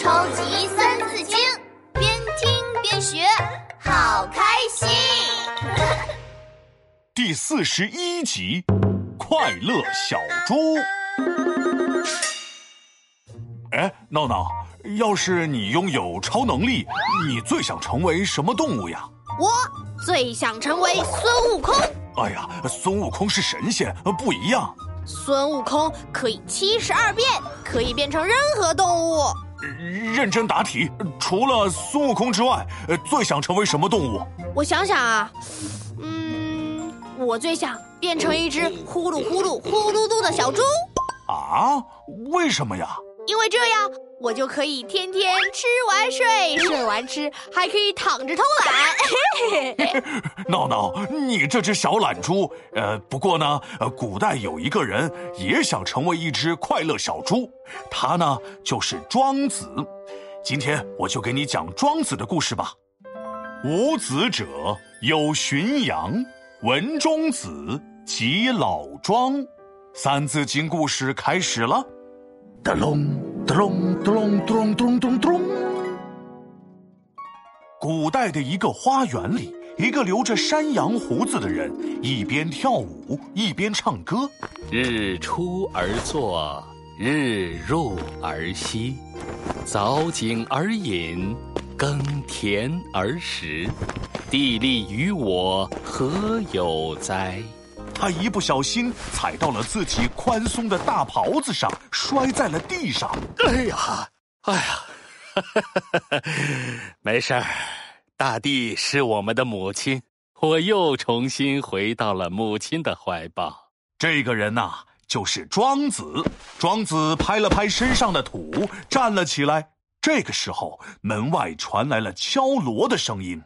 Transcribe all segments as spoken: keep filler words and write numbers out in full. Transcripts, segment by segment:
超级三字经，边听边学，好开心。 第四十一集，快乐小猪。哎，闹闹，要是你拥有超能力，你最想成为什么动物呀？ 我最想成为孙悟空。 哎呀，孙悟空是神仙，不一样。 孙悟空可以七十二变，可以变成任何动物。 认真答题，除了孙悟空之外，最想成为什么动物？ 我想想啊，嗯，我最想变成一只呼噜呼噜呼噜噜的小猪。 啊？为什么呀？ 因为这样我就可以天天吃完睡，睡完吃，还可以躺着偷懒。 闹闹，你这只小懒猪，呃，不过呢，呃，古代有一个人也想成为一只快乐小猪，他呢就是庄子。今天我就给你讲庄子的故事吧。无子者，有荀扬，闻中子，即老庄。三字经故事开始了。哒隆哒隆哒隆哒隆哒隆哒隆哒隆。古代的一个花园里，一个留着山羊胡子的人一边跳舞一边唱歌。 日出而作，日入而息，凿井而饮，耕田而食，地利于我何有哉？ 他一不小心踩到了自己宽松的大袍子上，摔在了地上。 哎呀，哎呀，没事儿，大地是我们的母亲，我又重新回到了母亲的怀抱。 这个人呐、啊，就是庄子。庄子拍了拍身上的土，站了起来。这个时候，门外传来了敲锣的声音。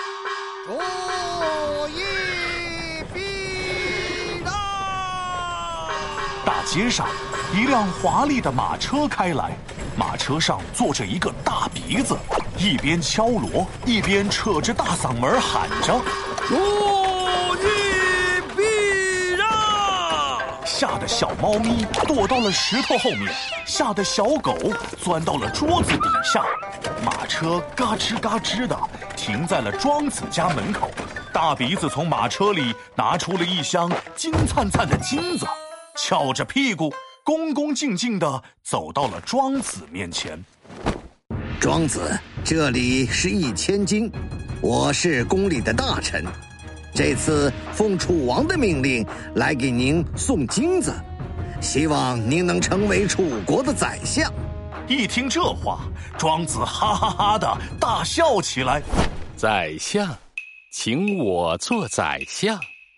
大街上，一辆华丽的马车开来，马车上坐着一个大鼻子，一边敲锣，一边扯着大嗓门喊着：“ 注意避让！” 吓得小猫咪躲到了石头后面，吓得小狗钻到了桌子底下。马车嘎吱嘎吱的停在了庄子家门口。大鼻子从马车里拿出了一箱金灿灿的金子，翘着屁股，恭恭敬敬地走到了庄子面前。 庄子，这里是一千金，我是宫里的大臣，这次奉楚王的命令来给您送金子，希望您能成为楚国的宰相。 一听这话，庄子哈哈哈的大笑起来。 宰相，请我做宰相。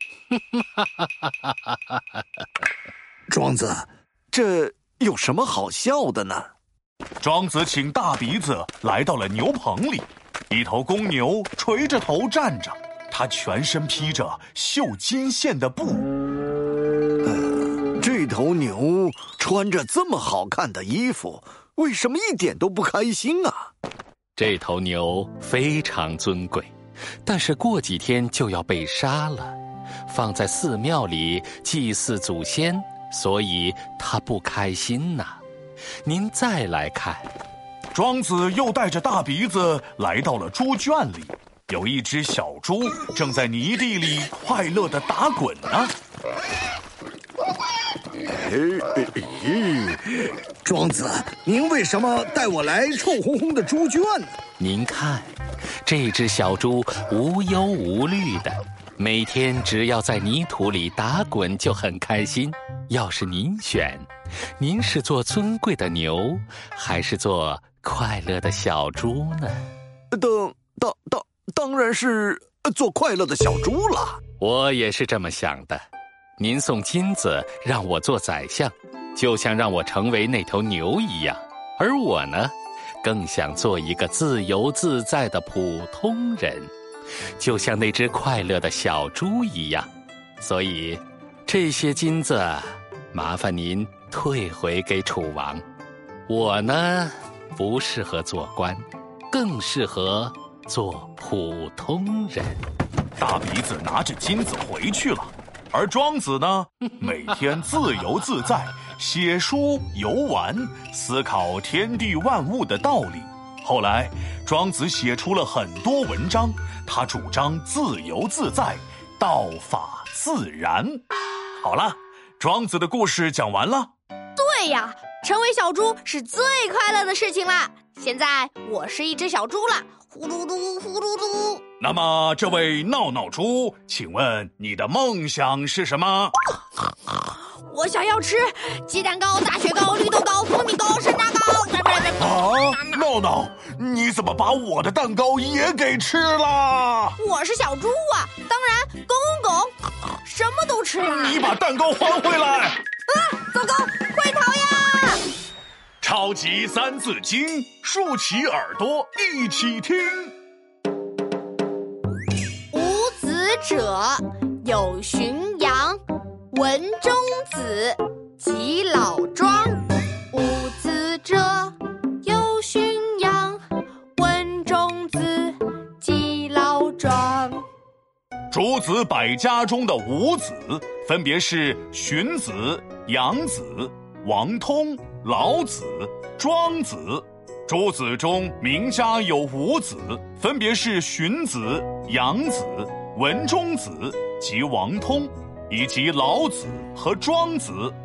庄子， 这有什么好笑的呢？ 庄子请大鼻子来到了牛棚里，一头公牛垂着头站着，它全身披着绣金线的布。 呃，这头牛穿着这么好看的衣服，为什么一点都不开心啊？ 这头牛非常尊贵，但是过几天就要被杀了，放在寺庙里祭祀祖先，所以他不开心呐、啊。您再来看， 庄子又带着大鼻子来到了猪圈里，有一只小猪正在泥地里快乐地打滚呢。 庄子，您为什么带我来臭烘烘的猪圈呢？ 您看，这只小猪无忧无虑的，每天只要在泥土里打滚就很开心。要是您选，您是做尊贵的牛，还是做快乐的小猪呢？ 当当当当然是做快乐的小猪了。 我也是这么想的。您送金子让我做宰相，就像让我成为那头牛一样，而我呢，更想做一个自由自在的普通人，就像那只快乐的小猪一样。所以，这些金子，麻烦您退回给楚王。我呢，不适合做官，更适合做普通人。 大鼻子拿着金子回去了。 而庄子呢，每天自由自在，写书游玩，思考天地万物的道理。后来，庄子写出了很多文章，他主张自由自在，道法自然。好了，庄子的故事讲完了。 对呀，成为小猪是最快乐的事情啦！现在我是一只小猪了，呼噜噜呼噜噜。 那么，这位闹闹猪，请问你的梦想是什么？ 我想要吃鸡蛋糕、大雪糕、绿豆糕、蜂蜜糕、山楂糕。 啊，闹闹，你怎么把我的蛋糕也给吃了？ 我是小猪啊，当然公公什么都吃了。 你把蛋糕还回来！ 啊，糟糕，快逃呀！ 超级三字经，竖起耳朵一起听。 无子者，有荀扬、文中子、及老庄。无子者，有荀扬、文中子、及老庄。 诸子百家中的五子，分别是荀子、杨子、王通、老子、庄子。诸子中名家有五子，分别是荀子、杨子、文中子及王通，以及老子和庄子